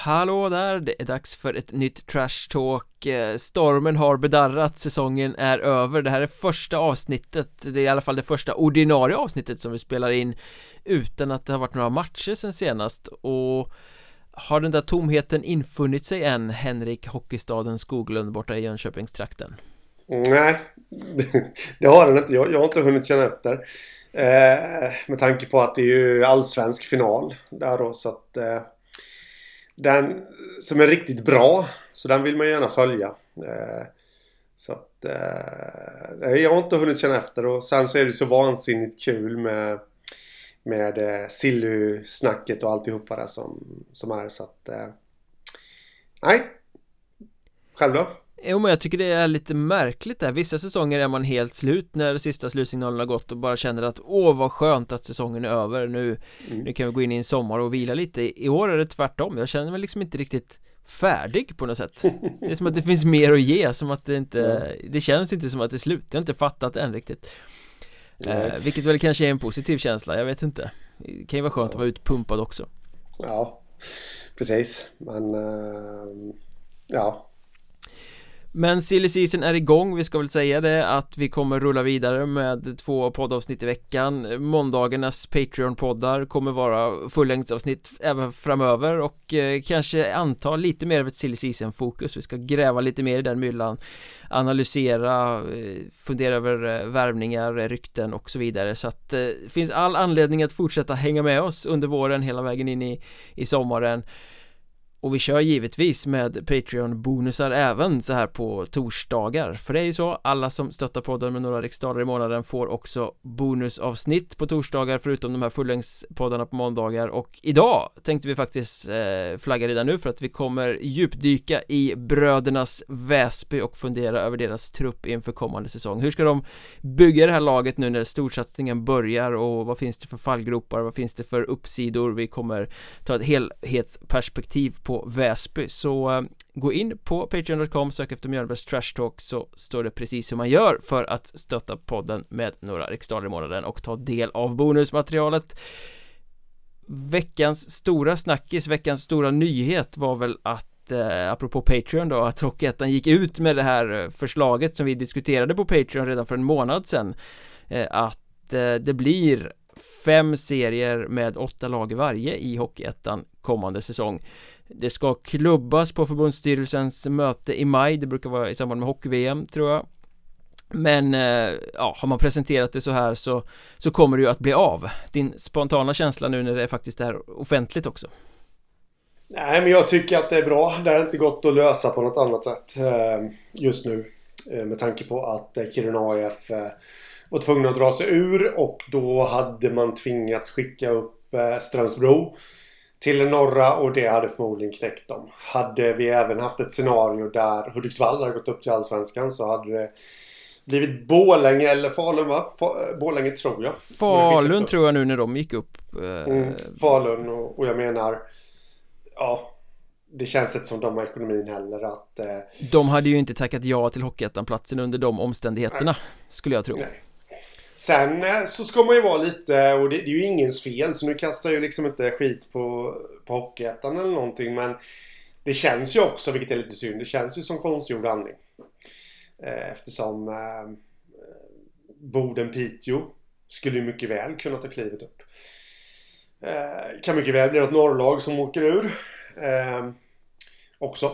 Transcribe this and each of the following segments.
Hallå där, det är dags för ett nytt Trash Talk. Stormen har bedarrat, säsongen är över. Det här är första avsnittet, det är i alla fall det första ordinarie avsnittet som vi spelar in utan att det har varit några matcher sen senast. Och har den där tomheten infunnit sig än, Henrik Hockeystaden Skoglund borta i Jönköpingstrakten? Nej, det har den inte. Jag har inte hunnit känna efter. Med tanke på att det är ju allsvensk final där då, så att den som är riktigt bra, så den vill man gärna följa. Så att jag har inte hunnit känna efter. Och sen så är det så vansinnigt kul med Silly-snacket och alltihopa där som är, så att nej. Själv då? Jo, men jag tycker det är lite märkligt där. Vissa säsonger är man helt slut när sista slutsignalen har gått och bara känner att vad skönt att säsongen är över. Nu kan vi gå in i en sommar och vila lite. I år är det tvärtom. Jag känner mig liksom inte riktigt färdig på något sätt. Det är som att det finns mer att ge, som att det känns inte som att det är slut. Jag har inte fattat än riktigt. Vilket väl kanske är en positiv känsla, jag vet inte. Det kan ju vara skönt att vara utpumpad också. Ja, precis. Men ja. Men Silly Season är igång, vi ska väl säga det, att vi kommer rulla vidare med 2 poddavsnitt i veckan. Måndagarnas Patreon-poddar kommer vara fullängdsavsnitt även framöver och kanske anta lite mer av ett Silly Season-fokus. Vi ska gräva lite mer i den myllan, analysera, fundera över värvningar, rykten och så vidare. Så att det finns all anledning att fortsätta hänga med oss under våren hela vägen in i sommaren. Och vi kör givetvis med Patreon-bonusar även så här på torsdagar. För det är ju så, alla som stöttar podden med några riksdaler i månaden får också bonusavsnitt på torsdagar, förutom de här fullängdspoddarna på måndagar. Och idag tänkte vi faktiskt flagga redan nu för att vi kommer djupdyka i brödernas Väsby och fundera över deras trupp inför kommande säsong. Hur ska de bygga det här laget nu när storsatsningen börjar, och vad finns det för fallgropar, vad finns det för uppsidor? Vi kommer ta ett helhetsperspektiv på Väsby, så gå in på patreon.com, sök efter Mjölnbergs Trash Talk, så står det precis hur man gör för att stötta podden med några riksdaler i månaden och ta del av bonusmaterialet. Veckans stora snackis, veckans stora nyhet var väl att apropå Patreon då, att Hockeyettan gick ut med det här förslaget som vi diskuterade på Patreon redan för en månad sedan, att det blir 5 serier med 8 lag i varje i Hockeyettan kommande säsong. Det ska klubbas på förbundsstyrelsens möte i maj. Det brukar vara i samband med hockey-VM, tror jag. Men har man presenterat det så här så kommer det ju att bli av. Din spontana känsla nu när det faktiskt är offentligt också? Nej, men jag tycker att det är bra. Det har inte gått att lösa på något annat sätt just nu. Med tanke på att Kiruna AIF var tvungna att dra sig ur, och då hade man tvingats skicka upp Strömsbro till norra, och det hade förmodligen knäckt dem. Hade vi även haft ett scenario där Hudiksvall hade gått upp till Allsvenskan, så hade det blivit Borlänge eller Falun, va? Borlänge tror jag. Falun tror jag nu när de gick upp. Falun, och jag menar, ja, det känns inte som de har ekonomin heller att de hade ju inte tackat ja till Hockeyettan-platsen under de omständigheterna. Nej. Skulle jag tro. Nej. Sen så ska man ju vara lite, och det är ju ingens fel, så nu kastar jag ju liksom inte skit på Hockeyettan eller någonting, men det känns ju också, vilket är lite synd, det känns ju som konstgjord andning. Eftersom Boden-Piteå skulle ju mycket väl kunna ta klivet upp. Kan mycket väl bli något norrlag som åker ur också.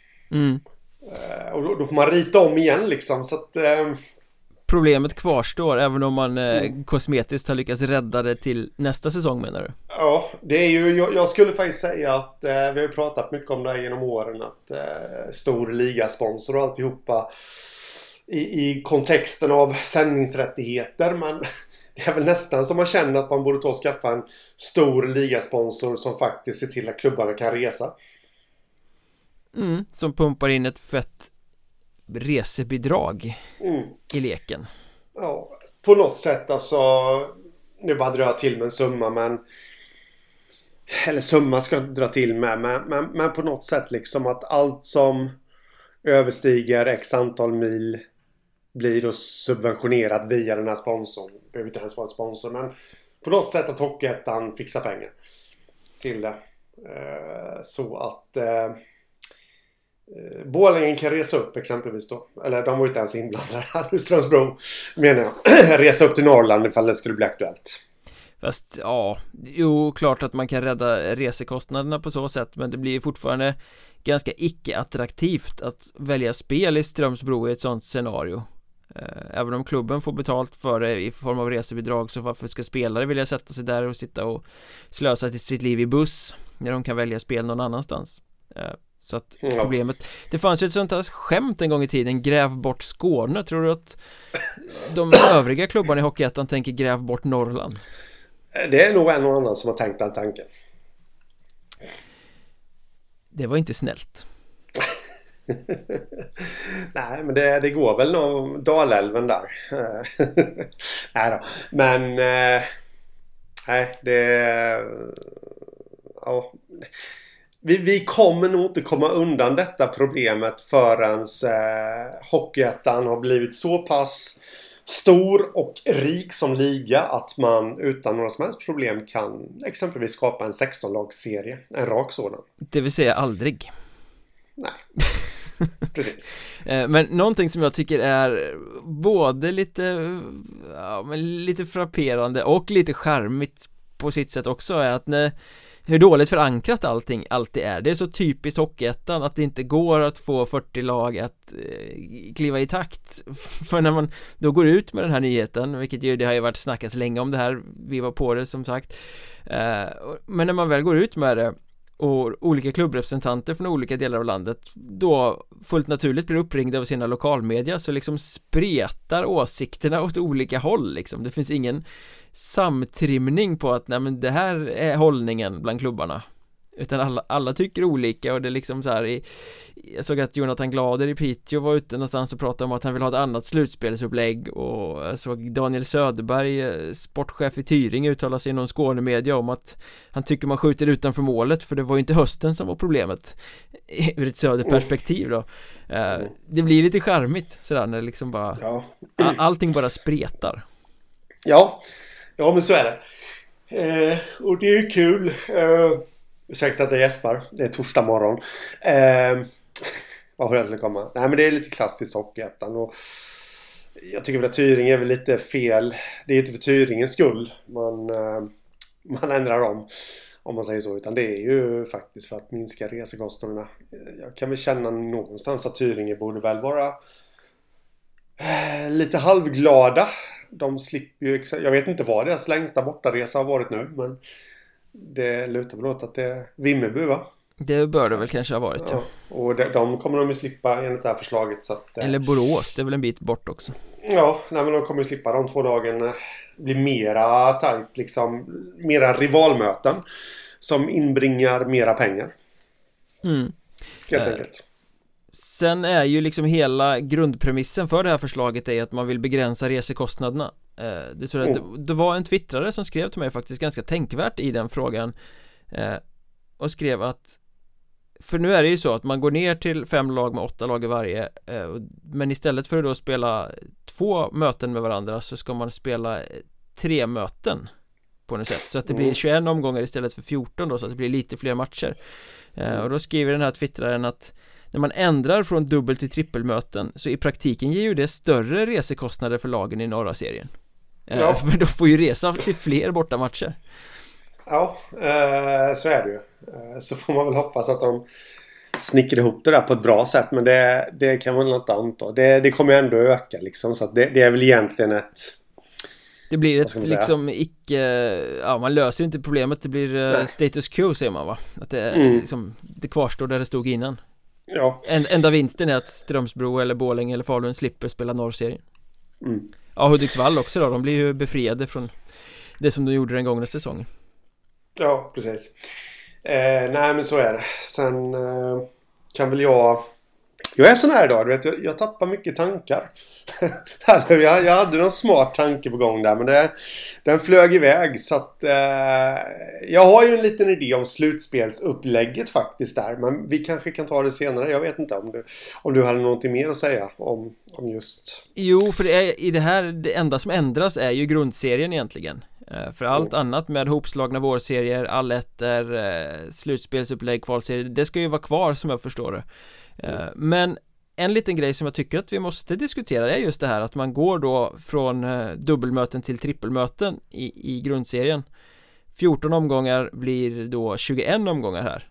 Och då får man rita om igen liksom, så att problemet kvarstår även om man kosmetiskt har lyckats rädda det till nästa säsong, menar du? Ja, det är ju, jag skulle faktiskt säga att vi har ju pratat mycket om det här genom åren, att stor ligasponsor och alltihopa i kontexten av sändningsrättigheter, men det är väl nästan som man känner att man borde ta och skaffa en stor ligasponsor som faktiskt ser till att klubbarna kan resa. Som pumpar in ett fett resebidrag i leken. Ja, på något sätt alltså, nu bara drar jag till med en summa, men eller summa ska jag dra till med, men på något sätt liksom att allt som överstiger x antal mil blir då subventionerat via den här sponsorn. Det behöver inte ens vara en sponsor, men på något sätt att Hockeyettan fixar pengar till det. Så att Borlänge kan resa upp exempelvis då. Eller de var ju inte ens inblandade här. Strömsbro menar jag. Resa upp till Norrland ifall det skulle bli aktuellt. Fast ja, jo klart att man kan rädda resekostnaderna på så sätt, men det blir fortfarande ganska icke-attraktivt att välja spel i Strömsbro i ett sånt scenario. Även om klubben får betalt för det i form av resebidrag, så varför ska spelare vilja sätta sig där och sitta och slösa sitt liv i buss när de kan välja spel någon annanstans? Så att problemet, det fanns ju ett sånt här skämt en gång i tiden, gräv bort Skåne. Tror du att de övriga klubbarna i Hockeyettan tänker gräv bort Norrland? Det är nog en och annan som har tänkt den tanken. Det var inte snällt. Nej, men det går väl någon Dalälven där. Nej då. Men nej, ja. Vi kommer nog inte komma undan detta problemet förrän Hockeyettan har blivit så pass stor och rik som liga att man utan några som helst problem kan exempelvis skapa en 16-lagsserie, en rak sådan. Det vill säga aldrig. Nej, precis. Men någonting som jag tycker är både lite frapperande och lite charmigt på sitt sätt också är att hur dåligt förankrat allting alltid är. Det är så typiskt Hockeyettan att det inte går att få 40 lag att kliva i takt. För när man då går ut med den här nyheten, vilket ju det har ju varit snackat länge om det här, vi var på det som sagt, men när man väl går ut med det och olika klubbrepresentanter från olika delar av landet då fullt naturligt blir uppringda av sina lokalmedia, så liksom spretar åsikterna åt olika håll liksom. Det finns ingen samtrimning på att nej, men det här är hållningen bland klubbarna, utan alla tycker olika. Och det är liksom så här jag såg att Jonathan Glader i Piteå var ute någonstans och pratade om att han vill ha ett annat slutspelsupplägg, och jag såg Daniel Söderberg, sportchef i Tyring, uttala sig i någon Skånemedia om att han tycker man skjuter utanför målet, för det var ju inte hösten som var problemet ur ett söderperspektiv då. Det blir lite charmigt sådär när det liksom bara allting bara spretar. Ja, men så är det. Och det är ju kul. Ursäkta att jag gäspar. Det är torsdag morgon. Vad jag skulle komma? Nej, men det är lite klassiskt Hockeyettan. Och jag tycker väl att Tyring är väl lite fel. Det är inte för Tyringens skull man ändrar om man säger så. Utan det är ju faktiskt för att minska resekostnaderna. Jag kan väl känna någonstans att Tyringen borde väl vara lite halvglada. De slipper ju, jag vet inte vad deras längsta bortaresa har varit nu, men det lutar väl åt att det är Vimmerby, va? Det bör det väl kanske ha varit, ja. Och de kommer de ju slippa enligt det här förslaget, så att, eller Borås, det är väl en bit bort också. Ja, nej, men de kommer ju slippa de 2 dagarna. Blir mera tajt, liksom mera rivalmöten som inbringar mera pengar. Helt enkelt. Sen är ju liksom hela grundpremissen för det här förslaget är att man vill begränsa resekostnaderna. Det, så att det var en twittrare som skrev till mig faktiskt ganska tänkvärt i den frågan, och skrev att, för nu är det ju så att man går ner till 5 lag med 8 lag i varje, men istället för att då spela 2 möten med varandra så ska man spela 3 möten på något sätt, så att det blir 21 omgångar istället för 14 då, så att det blir lite fler matcher. Och då skriver den här twittraren att när man ändrar från dubbel- till trippelmöten så i praktiken ger ju det större resekostnader för lagen i norra serien. För då får ju resa till fler bortamatcher. Ja, så är det ju. Så får man väl hoppas att de snickrar ihop det där på ett bra sätt, men det kan man inte anta. Det kommer ju ändå öka liksom, så att det är väl egentligen det blir ett liksom man löser inte problemet, det blir status quo säger man, va? Att det liksom, det kvarstår där det stod innan. Ja. Enda vinsten är att Strömsbro eller Borlänge eller Falun slipper spela norrserien. Ja, Hudiksvall också då, de blir ju befriade från det som de gjorde den gångna säsongen. Ja, precis. Nej, men så är det. Sen kan väl jag är sån här idag, du vet, jag tappar mycket tankar. Jag hade någon smart tanke på gång där, men den flög iväg, så att jag har ju en liten idé om slutspelsupplägget faktiskt där, men vi kanske kan ta det senare. Jag vet inte om du hade någonting mer att säga om just... Jo, för det enda som ändras är ju grundserien egentligen. För allt annat med hopslagna vårserier, allettor, slutspelsupplägg, kvalserier, det ska ju vara kvar som jag förstår det. Men en liten grej som jag tycker att vi måste diskutera är just det här att man går då från dubbelmöten till trippelmöten i grundserien. 14 omgångar blir då 21 omgångar här.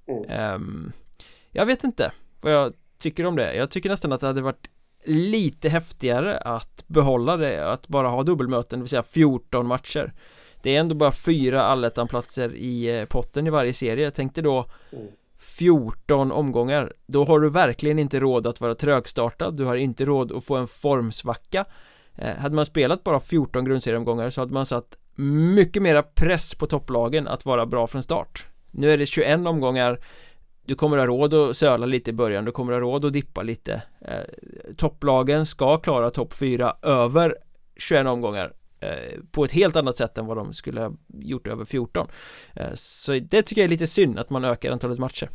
Jag vet inte vad jag tycker om det. Jag tycker nästan att det hade varit lite häftigare att behålla det, att bara ha dubbelmöten, det vill säga 14 matcher. Det är ändå bara 4 allettanplatser i potten i varje serie. Jag tänkte då 14 omgångar. Då har du verkligen inte råd att vara trögstartad. Du har inte råd att få en formsvacka. Hade man spelat bara 14 grundserieomgångar så hade man satt mycket mera press på topplagen att vara bra från start. Nu är det 21 omgångar. Du kommer ha råd att söla lite i början. Du kommer ha råd att dippa lite. Topplagen ska klara topp 4 över 21 omgångar. På ett helt annat sätt än vad de skulle ha gjort över 14. Så det tycker jag är lite synd att man ökar antalet matcher.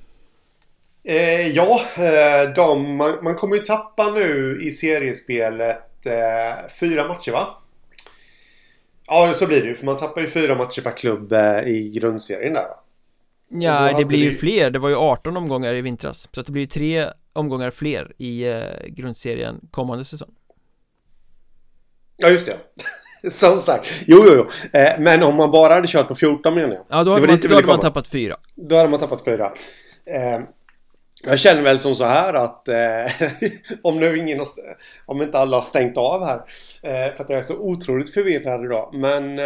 Man kommer ju tappa nu i seriespelet 4 matcher, va? Ja, så blir det ju. För man tappar ju 4 matcher per klubb i grundserien där. Ja, det blir ju fler. Det var ju 18 omgångar i vintras. Så att det blir ju 3 omgångar fler i grundserien kommande säsong. Ja, just det. Som sagt, jo. Men om man bara hade kört på 14 menar jag. Ja, då hade man tappat 4. Då hade man tappat 4. Jag känner väl som så här att om inte alla har stängt av här, för att jag är så otroligt förvirrad idag. Men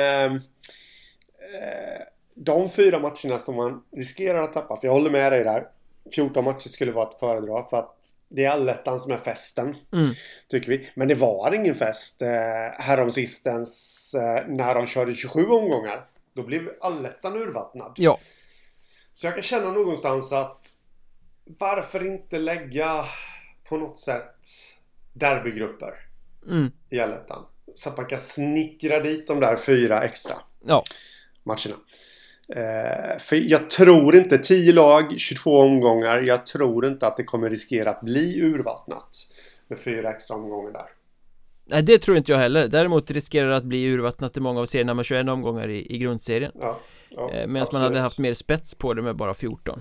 de 4 matcherna som man riskerar att tappa, för jag håller med dig där, 14 matcher skulle vara att föredra för att det är allettan som är festen, tycker vi. Men det var ingen fest häromsistens när de körde 27 omgångar. Då blev allettan urvattnad. Ja. Så jag kan känna någonstans att varför inte lägga på något sätt derbygrupper i allettan. Så att man kan snickra dit de där 4 extra matcherna. För jag tror inte 10 lag, 22 omgångar. Jag tror inte att det kommer riskera att bli urvattnat med 4 extra omgångar där. Nej, det tror inte jag heller. Däremot riskerar det att bli urvattnat i många av serierna med 21 omgångar i grundserien. Medan man hade haft mer spets på det med bara 14.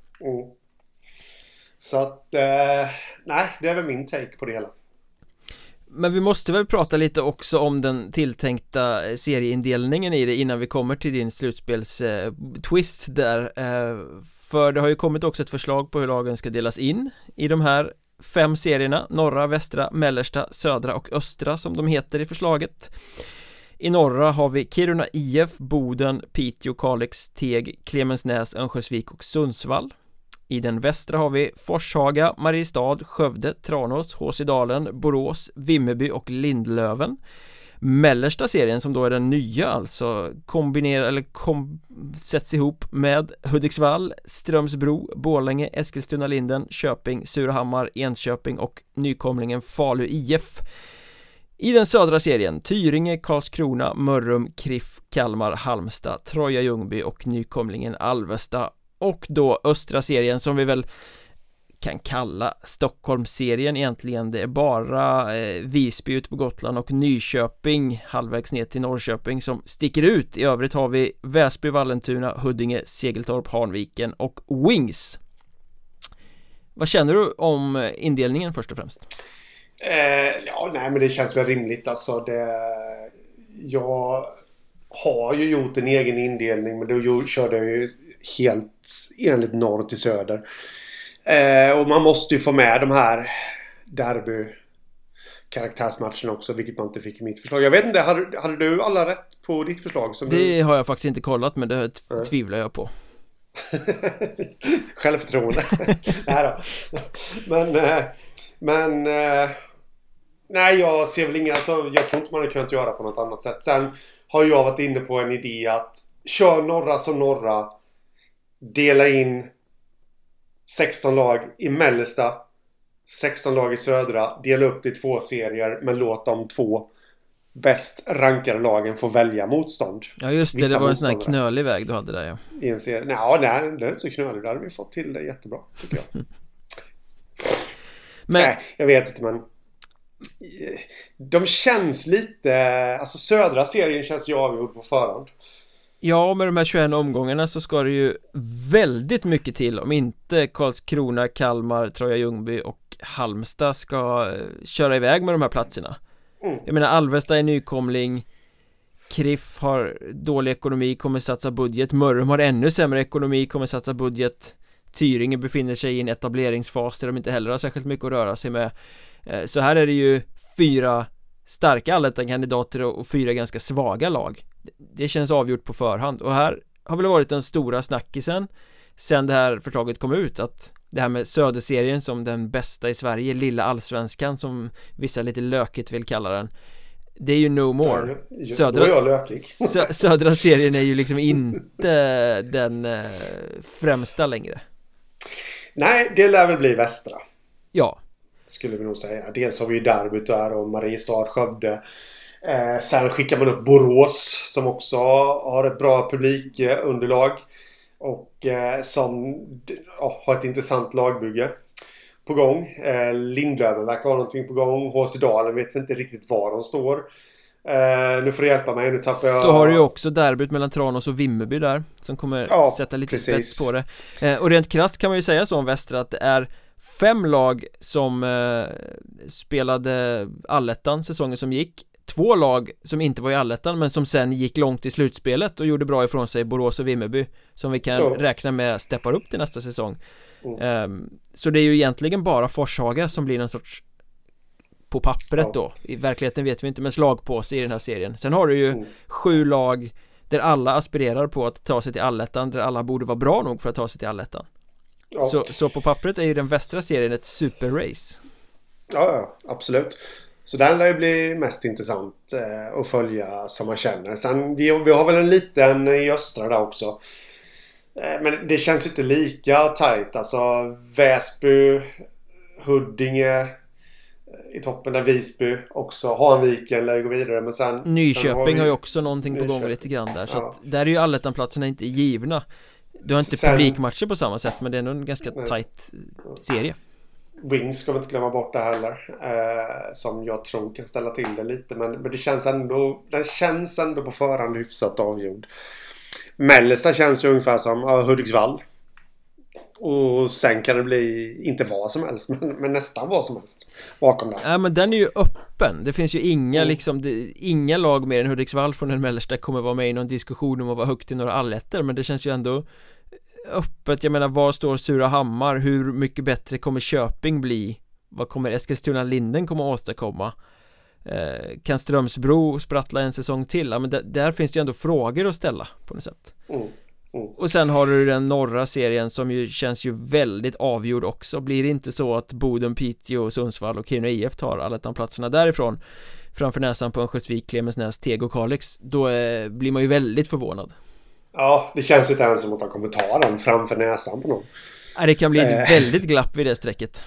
Så att, nej, det är väl min take på det hela. Men vi måste väl prata lite också om den tilltänkta serieindelningen i det innan vi kommer till din slutspels-twist där. För det har ju kommit också ett förslag på hur lagen ska delas in i de här 5 serierna. Norra, västra, mellersta, södra och östra som de heter i förslaget. I norra har vi Kiruna IF, Boden, Piteå, Kalix, Teg, Klemensnäs, Örnsköldsvik och Sundsvall. I den västra har vi Forshaga, Mariestad, Skövde, Tranås, Håsidalen, Borås, Vimmerby och Lindlöven. Mellersta serien som då är den nya, alltså sätts ihop med Hudiksvall, Strömsbro, Borlänge, Eskilstuna-Linden, Köping, Surahammar, Enköping och nykomlingen Falu IF. I den södra serien Tyringe, Karlskrona, Mörrum, Kriff, Kalmar, Halmstad, Troja, Ljungby och nykomlingen Alvesta. Och då östra serien som vi väl kan kalla Stockholmsserien egentligen. Det är bara Visby ut på Gotland och Nyköping halvvägs ner till Norrköping som sticker ut. I övrigt har vi Väsby, Vallentuna, Huddinge, Segeltorp, Hanviken och Wings. Vad känner du om indelningen först och främst? Men det känns väl rimligt. Alltså jag har ju gjort en egen indelning, men då körde jag ju helt enligt norr till söder. Och man måste ju få med de här derby-karaktärsmatcherna också, vilket man inte fick i mitt förslag. Jag vet inte, hade du alla rätt på ditt förslag? Det har jag faktiskt inte kollat, men det tvivlar jag på. Självförtroende. Nej då. Men nej, jag ser väl inga, alltså, jag tror inte man hade kunnat göra på något annat sätt. Sen har jag varit inne på en idé att kör norra som norra, dela in 16 lag i mellersta, 16 lag i södra, dela upp det i 2 serier, men låt de 2 bäst rankade lagen få välja motstånd. Ja just det, det var en sån här knölig väg du hade där, ja. I en serie. Nej, det är inte så knölig. Där hade vi fått till det jättebra, tycker jag. Men, nej, jag vet inte, de känns lite... Alltså södra serien känns ju avgjord på förhand. Ja, med de här 21 omgångarna så ska det ju väldigt mycket till om inte Karlskrona, Kalmar, Troja Ljungby och Halmstad ska köra iväg med de här platserna. Jag menar, Alvesta är nykomling, Kriff har dålig ekonomi, kommer satsa budget, Mörrum har ännu sämre ekonomi, kommer satsa budget, Tyringe befinner sig i en etableringsfas där de inte heller har särskilt mycket att röra sig med. Så här är det ju 4 starka allettan-kandidater och 4 ganska svaga lag. Det känns avgjort på förhand. Och här har väl varit den stora snackisen sen det här förslaget kom ut, att det här med Söderserien som den bästa i Sverige, lilla allsvenskan som vissa lite lökigt vill kalla den, det är ju no more. Södra serien är ju liksom inte den främsta längre. Nej, det lär väl bli västra. Ja. Skulle vi nog säga. Dels har vi ju derbyt där och Mariestad, Skövde. Sen skickar man upp Borås som också har ett bra publikunderlag och som har ett intressant lagbygge på gång. Lindlöven verkar ha någonting på gång. HC Dalen vet inte riktigt var de står. Nu får du hjälpa mig, nu tappar jag... Så har du ju också derbyt mellan Tranås och Vimmerby där som kommer sätta lite spets på det. Och rent krasst kan man ju säga så om Västra att det är 5 lag som spelade allettan säsongen som gick, 2 lag som inte var i allettan men som sen gick långt i slutspelet och gjorde bra ifrån sig, Borås och Vimmerby, som vi kan räkna med steppar upp till nästa säsong. Så det är ju egentligen bara Forshaga som blir någon sorts, på pappret då, i verkligheten vet vi inte, men slagpåse i den här serien. Sen har du ju 7 lag där alla aspirerar på att ta sig till allettan, där alla borde vara bra nog för att ta sig till allettan. Så på pappret är ju den västra serien ett superrace. Ja, absolut. Så den lär ju bli mest intressant att följa som man känner. Sen vi har väl en liten i östra där också. Men det känns ju inte lika tajt. Alltså Väsby, Huddinge i toppen, där Visby också, Hanviken lär gå vidare, men sen Nyköping har ju också någonting på gång lite grann där, så att där är ju allettanplatserna inte givna. Du har inte publikmatcher på samma sätt, men det är nog en ganska tajt serie. Wings ska vi inte glömma bort det heller, som jag tror kan ställa till det lite, men det känns ändå, den känns ändå på förhand hyfsat avgjord. Mellersta känns ju ungefär som Hudiksvall. Och sen kan det bli inte vad som helst, men nästan vad som helst bakom där. Ja, men den är ju öppen. Det finns ju inga inga lag mer än Hudiksvall från den mellersta kommer vara med i någon diskussion om att vara högt i några alletter, men det känns ju ändå öppet. Jag menar, var står Surahammar? Hur mycket bättre kommer Köping bli? Vad kommer Eskilstuna-Linden komma att åstadkomma? Kan Strömsbro sprattla en säsong till? Ja, men där finns det ju ändå frågor att ställa på något sätt. Och sen har du den norra serien som ju känns ju väldigt avgjord också. Blir det inte så att Boden, Piteå, Sundsvall och Kiruna IF tar allettanplatserna därifrån framför näsan på Örnsköldsvik, Klemensnäs, Teg och Kalix, då blir man ju väldigt förvånad. Ja, det känns ju inte ens som att de kommer ta den framför näsan på någon. Ja, det kan bli ett väldigt glapp vid det strecket.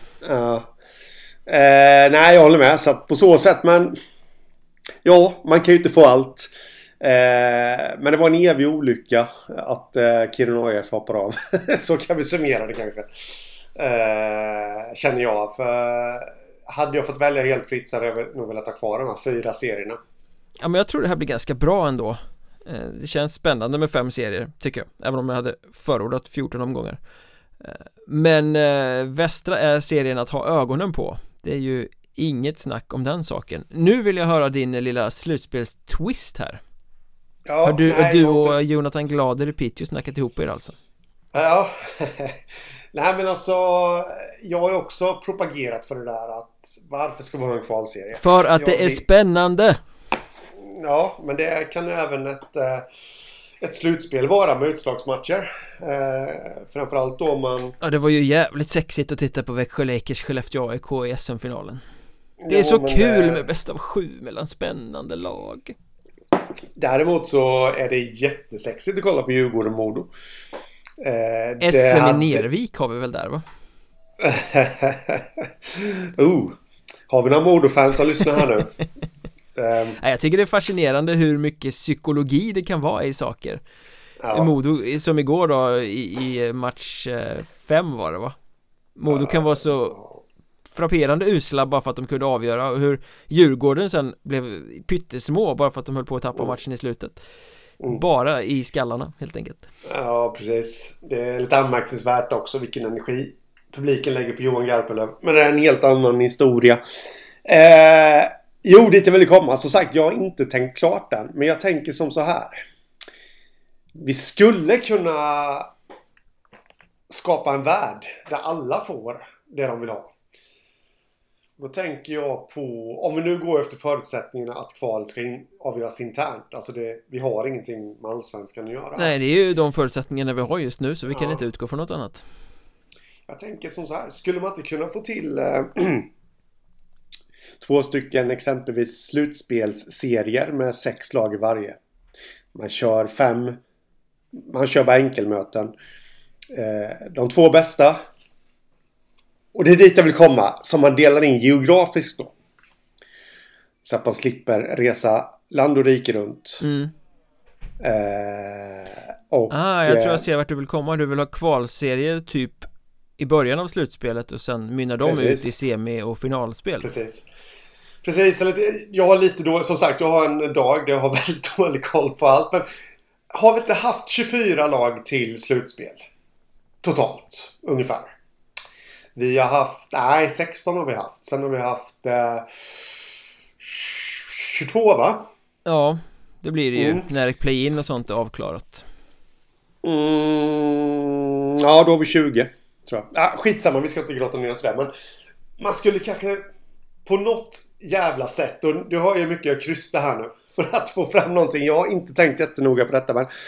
Nej, jag håller med. Så att på så sätt, men ja, man kan ju inte få allt. Men det var en evig olycka att Kiruna IF hoppar av. Så kan vi summera det kanske. Känner jag. För hade jag fått välja helt fritt så hade jag nog velat ha kvar de här 4 serierna. Ja, men jag tror det här blir ganska bra ändå. Det känns spännande med 5 serier, tycker jag. Även om jag hade förordat 14 omgångar. Men västra är serien att ha ögonen på. Det är ju inget snack om den saken. Nu vill jag höra din lilla slutspelstwist här. Ja, har du och Jonathan Glader i Piteå snackat ihop er alltså? Ja. Nej, men alltså jag har ju också propagerat för det där, att varför ska vi ha en kvalserie? För att det är spännande. Ja, men det kan även ett slutspel vara med utslagsmatcher. Framförallt då man... Ja, det var ju jävligt sexigt att titta på Växjö Lakers Skellefteå AIK i SM-finalen. Det är så kul med bäst av 7 mellan spännande lag. Däremot så är det jättesexigt att kolla på Djurgården och Modo. SM i Nervik har vi väl där, va? Har vi några Modo-fans som lyssnar här nu? Jag tycker det är fascinerande hur mycket psykologi det kan vara i saker. Modo, som igår då i match 5 var det, va? Modo kan vara så frapperande usla bara för att de kunde avgöra, och hur Djurgården sen blev pyttesmå bara för att de höll på att tappa matchen i slutet. Bara i skallarna helt enkelt. Ja, precis. Det är lite anmärkningsvärt också vilken energi publiken lägger på Johan Garpenlöv. Men det är en helt annan historia. Jo, dit jag vill komma. Som sagt, jag har inte tänkt klart den. Men jag tänker som så här. Vi skulle kunna skapa en värld där alla får det de vill ha. Då tänker jag på, om vi nu går efter förutsättningarna att kvalet ska avgöras internt. Alltså vi har ingenting med allsvenskan att göra. Nej, det är ju de förutsättningarna vi har just nu, så vi kan inte utgå från något annat. Jag tänker som så här, skulle man inte kunna få till 2 stycken exempelvis slutspelsserier med 6 lag i varje. Man kör bara enkelmöten. De 2 bästa, och det är dit jag vill komma, som man delar in geografiskt då. Så att man slipper resa land och rike runt. Jag tror jag ser vart du vill komma. Du vill ha kvalserier typ i början av slutspelet och sen mynnar de ut i semi- och finalspel. Precis. Jag har lite då, som sagt, jag har en dag där jag har väldigt dålig koll på allt. Men har vi inte haft 24 lag till slutspel? Totalt, ungefär. Vi har haft, 16 har vi haft. Sen har vi haft 22, va? Ja, det blir det ju när play-in och sånt är avklarat. Ja, då har vi 20, tror jag. Skitsamma, vi ska inte gråta ner oss där. Men man skulle kanske på något jävla sätt, och du har ju mycket att krysta här nu för att få fram någonting. Jag har inte tänkt jättenoga på detta, men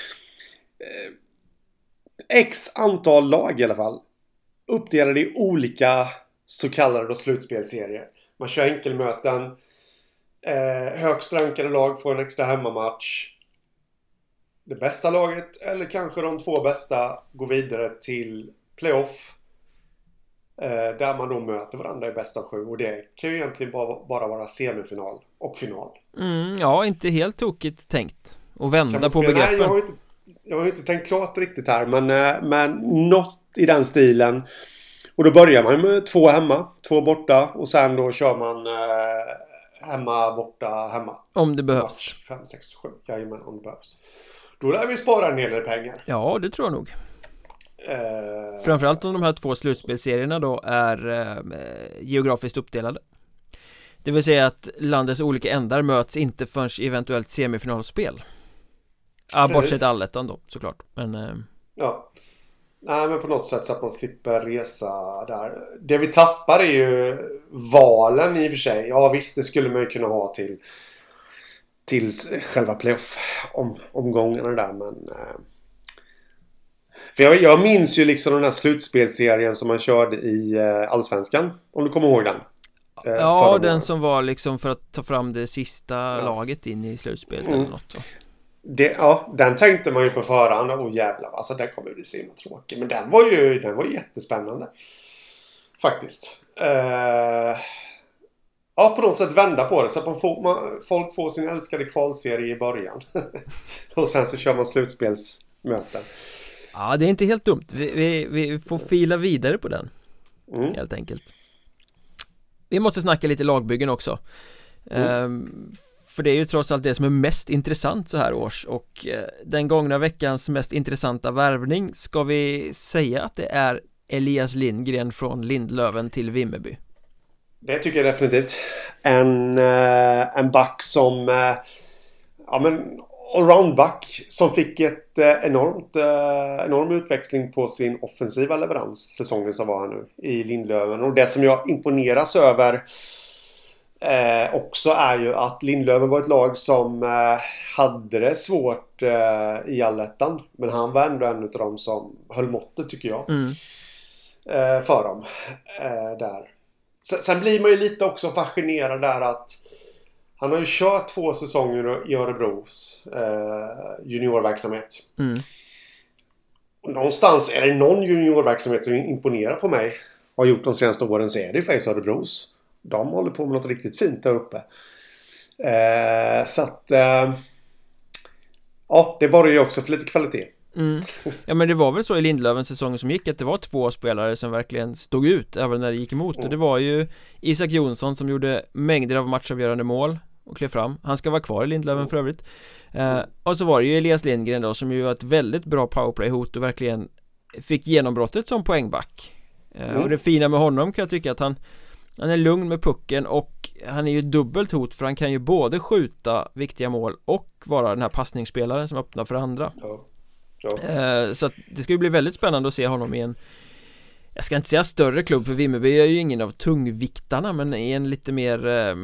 x antal lag i alla fall uppdelade i olika så kallade slutspelserier. Man kör enkelmöten, högst rankade lag får en extra hemmamatch. Det bästa laget, eller kanske de 2 bästa, går vidare till playoff, där man då möter varandra i bästa av 7. Och det kan ju egentligen bara vara semifinal och final. Ja, inte helt tokigt tänkt. Och vända på begreppen. Nej, jag har inte tänkt klart riktigt här, men något i den stilen. Och då börjar man med 2 hemma, 2 borta, och sen då kör man hemma, borta, hemma. Om det behövs. 5, 6, 7. Jajamän, om det behövs. Då lär vi spara en hel del pengar. Ja, det tror jag nog. Framförallt om de här 2 slutspelserierna då är geografiskt uppdelade. Det vill säga att landets olika ändar möts inte förrän eventuellt semifinalspel. Bortsett allettan då, såklart. Men ja. Nej, men på något sätt så att man slipper resa där. Det vi tappar är ju valen i och för sig. Ja visst, det skulle man ju kunna ha till själva playoff-omgångarna där, men för jag minns ju liksom den här slutspelserien som man körde i Allsvenskan, om du kommer ihåg den. Ja, den som var liksom för att ta fram det sista laget in i slutspelet eller något så. Den tänkte man ju på förhand. Åh jävlar, alltså den kommer bli så himla tråkig. Men den var ju jättespännande. Faktiskt. På något sätt vända på det. Så att folk får sin älskade kvalserie i början. Och sen så kör man slutspelsmöten. Ja, det är inte helt dumt. Vi får fila vidare på den. Helt enkelt. Vi måste snacka lite lagbyggen också. För det är ju trots allt det som är mest intressant så här års. Och den gångna veckans mest intressanta värvning, ska vi säga att det är Elias Lindgren från Lindlöven till Vimmerby? Det tycker jag definitivt. En back som allroundback som fick ett enorm utväxling på sin offensiva leverans säsongen som var här nu i Lindlöven. Och det som jag imponeras över också är ju att Lindlöven var ett lag som hade det svårt i allettan, men han var ändå en av dem som höll måttet, tycker jag, för dem där. Sen blir man ju lite också fascinerad där att han har ju kört 2 säsonger i Örebros juniorverksamhet. Någonstans är det någon juniorverksamhet som imponerar på mig och har gjort de senaste åren, så är det ju faktiskt Örebros. De håller på med något riktigt fint där uppe. Så att det borgar ju också för lite kvalitet. Ja, men det var väl så i Lindlövens säsongen som gick att det var 2 spelare som verkligen stod ut även när det gick emot. Och det var ju Isak Jonsson som gjorde mängder av matchavgörande mål och klev fram. Han ska vara kvar i Lindlöven för övrigt. Och så var det ju Elias Lindgren då, som ju var ett väldigt bra powerplay-hot och verkligen fick genombrottet som poängback. Och det fina med honom kan jag tycka att han är lugn med pucken, och han är ju dubbelt hot, för han kan ju både skjuta viktiga mål och vara den här passningsspelaren som öppnar för andra. Så att det ska ju bli väldigt spännande att se honom i en, jag ska inte säga större klubb, för Vimmerby är ju ingen av tungviktarna, men i en lite mer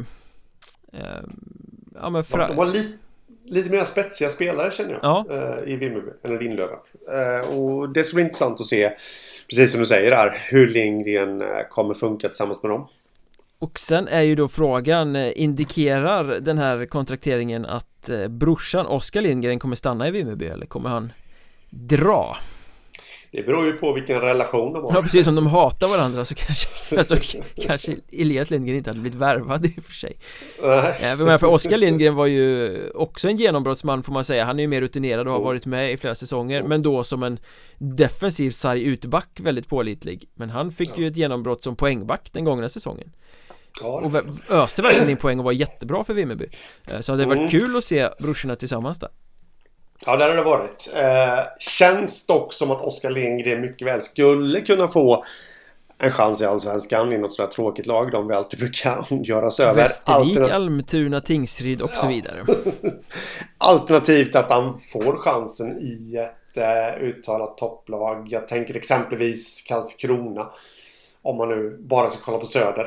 de har lite mer spetsiga spelare, känner jag, i Vimmerby än i Lindlöven. Och det ska bli intressant att se, precis som du säger där, hur Lindgren kommer funka tillsammans med dem. Och sen är ju då frågan, indikerar den här kontrakteringen att brorsan Oskar Lindgren kommer stanna i Vimmerby, eller kommer han dra? Det beror ju på vilken relation de har. Ja, precis, som de hatar varandra så kanske Elias Lindgren inte hade blivit värvad i och för sig. Men för Oskar Lindgren var ju också en genombrottsman, får man säga. Han är ju mer rutinerad och har varit med i flera säsonger, men då som en defensiv sarg utback, väldigt pålitlig. Men han fick ju ett genombrott som poängback den gångna säsongen. Och öste verkligen in poäng och var jättebra för Vimmerby. Så det har varit kul att se brorsorna tillsammans där. Ja, det har det varit. Känns dock som att Oskar Lindgren mycket väl skulle kunna få en chans i Allsvenskan i något sådär tråkigt lag de vi alltid brukar göra sig över. Västervik, Almtuna, Tingsryd och så vidare. Alternativt att han får chansen i ett uttalat topplag. Jag tänker exempelvis Karlskrona, om man nu bara ska kolla på söder.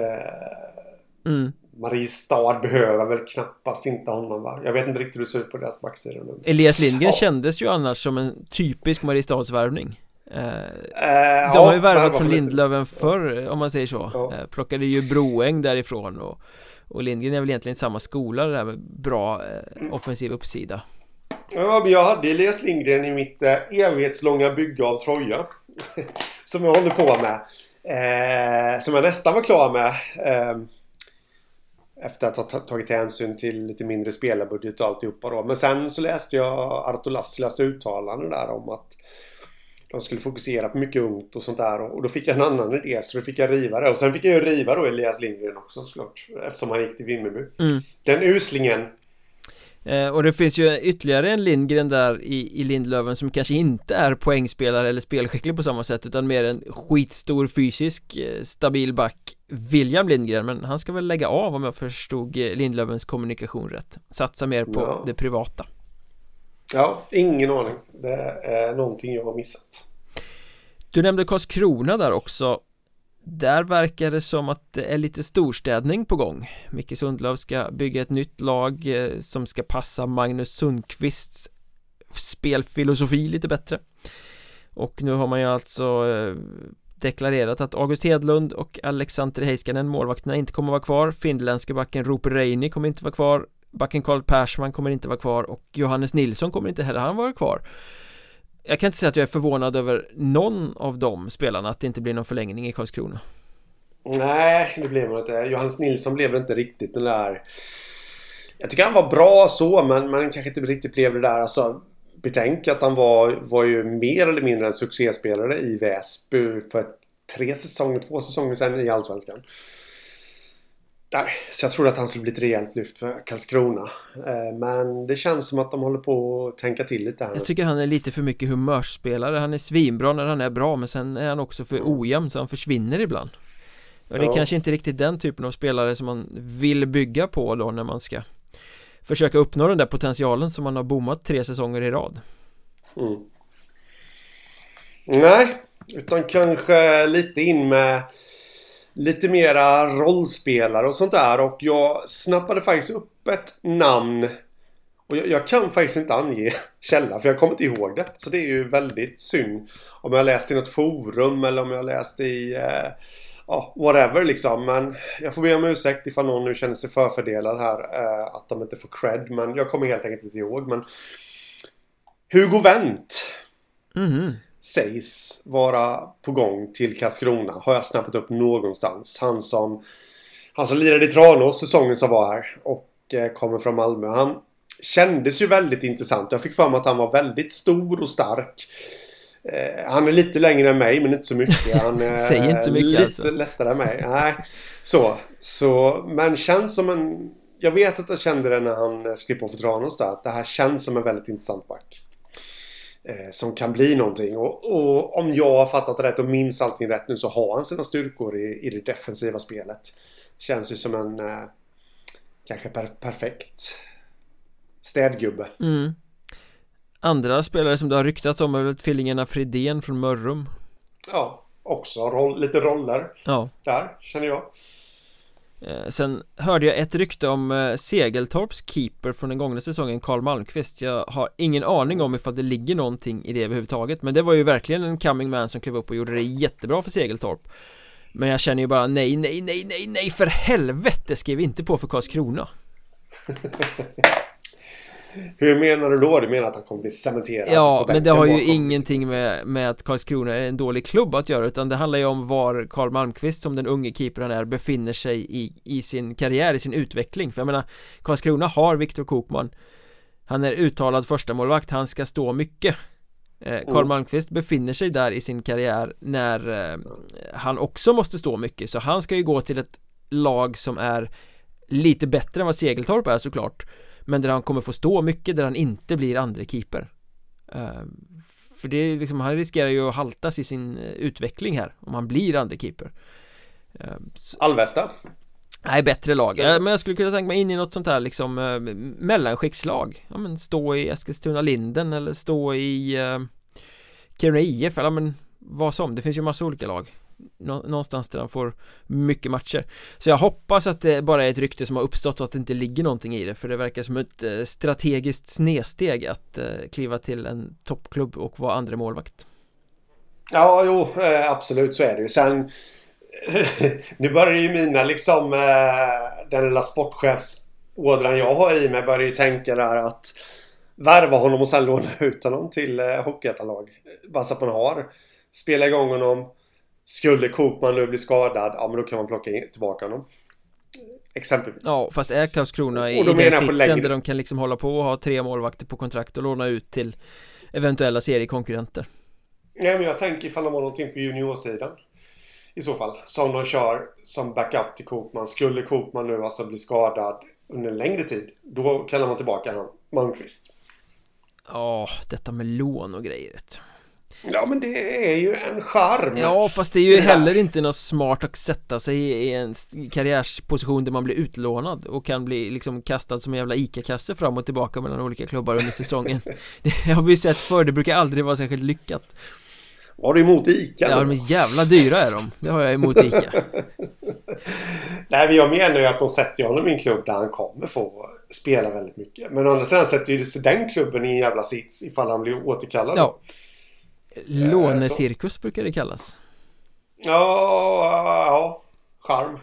Mariestad behöver väl knappast inte honom, va? Jag vet inte riktigt hur det ser ut på deras backsida nu. Elias Lindgren kändes ju annars som en typisk Mariestadsvärvning. De har ju värvat från Lindlöven förr, om man säger så. Plockade ju Broäng därifrån, och Lindgren är väl egentligen samma skola, det där med bra offensiv uppsida. Ja, men jag hade Elias Lindgren i mitt evighetslånga bygge av tröja som jag håller på med. Som jag nästan var klar med efter att ha tagit hänsyn till lite mindre spelarbudget och alltihopa då. Men sen så läste jag Arto Lasslas uttalande där om att de skulle fokusera på mycket ungt och sånt där. Och då fick jag en annan idé, så då fick jag riva det. Och sen fick jag ju riva då Elias Lindgren också, såklart, eftersom han gick till Vimmerby. Den uslingen. Och det finns ju ytterligare en Lindgren där i Lindlöven som kanske inte är poängspelare eller spelskicklig på samma sätt, utan mer en skitstor fysisk stabil back, William Lindgren. Men han ska väl lägga av, om jag förstod Lindlövens kommunikation rätt. Satsa mer på det privata. Ja, ingen aning. Det är någonting jag har missat. Du nämnde Karlskrona där också. Där verkar det som att det är lite storstädning på gång. Micke Sundlöv ska bygga ett nytt lag som ska passa Magnus Sundqvists spelfilosofi lite bättre. Och nu har man ju alltså deklarerat att August Hedlund och Alexander Heiskanen, målvakterna, inte kommer vara kvar. Finländska backen Roope Reini kommer inte vara kvar. Backen Karl Persman kommer inte vara kvar. Och Johannes Nilsson kommer inte heller han vara kvar. Jag kan inte säga att jag är förvånad över någon av de spelarna, att det inte blir någon förlängning i Karlskrona. Nej, det blev det inte. Johannes Nilsson blev det inte riktigt den där. Jag tycker han var bra så, men kanske inte riktigt blev det där. Alltså, betänk att han var ju mer eller mindre en succéspelare i Väsby för 2 säsonger sedan i Allsvenskan. Så jag trodde att han skulle bli ett rejält lyft för Karlskrona. Men det känns som att de håller på att tänka till lite här. Jag tycker han är lite för mycket humörspelare. Han är svinbra när han är bra, men sen är han också för ojämn, så han försvinner ibland. Och det är kanske inte riktigt den typen av spelare som man vill bygga på då, när man ska försöka uppnå den där potentialen som man har bommat 3 säsonger i rad. Nej, utan kanske lite in med lite mera rollspelare och sånt där. Och jag snappade faktiskt upp ett namn. Och jag kan faktiskt inte ange källa, för jag kommer inte ihåg det. Så det är ju väldigt synd. Om jag läst i något forum eller om jag läst i whatever liksom. Men jag får be om ursäkt ifall någon nu känner sig förfördelad här, att de inte får cred. Men jag kommer helt enkelt inte ihåg. Men Hugo Wendt sägs vara på gång till Karlskrona. Har jag snappat upp någonstans. Han som lirade i Tranås säsongen som var här och kommer från Malmö. Han kändes ju väldigt intressant. Jag fick för mig att han var väldigt stor och stark. Han är lite längre än mig, men inte så mycket. Han är Säg inte så mycket, lite alltså. lättare än mig. Nej, så men känns som en... Jag vet att jag kände det när han skrev på för Tranås där, att det här känns som en väldigt intressant back. Som kan bli någonting. Och om jag har fattat rätt och minns allting rätt nu, så har han sina styrkor i det defensiva spelet. Känns ju som en kanske perfekt städgubbe. Andra spelare som det har ryktats om är väl tvillingarna Fridén från Mörrum. Ja, också lite roller där, känner jag. Sen hörde jag ett rykte om Segeltorps keeper från den gångna säsongen, Karl Malmqvist. Jag har ingen aning om ifall det ligger någonting i det överhuvudtaget, men det var ju verkligen en coming man som klev upp och gjorde det jättebra för Segeltorp. Men jag känner ju bara nej, för helvete, skriv inte på för Karlskrona. Hur menar du då? Du menar att han kommer bli cementerad? Ja, men det har ju ingenting med att Karlskrona är en dålig klubb att göra, utan det handlar ju om var Karl Malmqvist, som den unge keeper han är, befinner sig i sin karriär, i sin utveckling. För jag menar, Karlskrona har Viktor Kokman. Han är uttalad första målvakt, han ska stå mycket. Karl Malmqvist befinner sig där i sin karriär när han också måste stå mycket. Så han ska ju gå till ett lag som är lite bättre än vad Segeltorp är, såklart, men där han kommer få stå mycket, där han inte blir andra keeper. För det är liksom, han riskerar ju att haltas i sin utveckling här om han blir andra keeper. Alvesta? Nej, bättre lag. Men jag skulle kunna tänka mig in i något sånt här liksom mellanskickslag. Ja, men stå i Eskilstuna Linden eller stå i Kiruna IF, eller men vad som. Det finns ju massa olika lag. Någonstans där han får mycket matcher. Så jag hoppas att det bara är ett rykte som har uppstått och att det inte ligger någonting i det, för det verkar som ett strategiskt snedsteg att kliva till en toppklubb och vara andra målvakt. Ja, jo, absolut, så är det ju. Sen nu börjar ju mina liksom den lilla sportchefsådran jag har i mig börjar ju tänka där att värva honom och sen låna ut honom till hockeyettanlag. Bara så att man har spela igång honom. Skulle Kokman nu bli skadad, ja men då kan man plocka tillbaka honom. Exempelvis. Ja, fast är Karlskrona i den sitsen där de kan liksom hålla på och ha 3 målvakter på kontrakt och låna ut till eventuella seriekonkurrenter. Nej, men jag tänker ifall de har någonting på juniorsidan. I så fall, som de kör som backup till Kokman. Skulle Kokman nu alltså bli skadad under en längre tid, då kallar man tillbaka han, Malmqvist. Ja, detta med lån och grejer. Ja, men det är ju en charm. Ja, fast det är ju heller inte något smart att sätta sig i en karriärsposition där man blir utlånad och kan bli liksom kastad som en jävla ICA-kasse fram och tillbaka mellan olika klubbar under säsongen. Det har vi sett förr, det brukar aldrig vara särskilt lyckat. Var du emot ICA? Ja, de är jävla dyra är de. Det har jag emot ICA. Nej, men jag menar ju att de sätter honom i en klubb där han kommer få spela väldigt mycket. Men å andra sidan sätter ju den klubben i en jävla sits ifall han blir återkallad. Ja. Lånecirkus brukar det kallas. Ja, charm.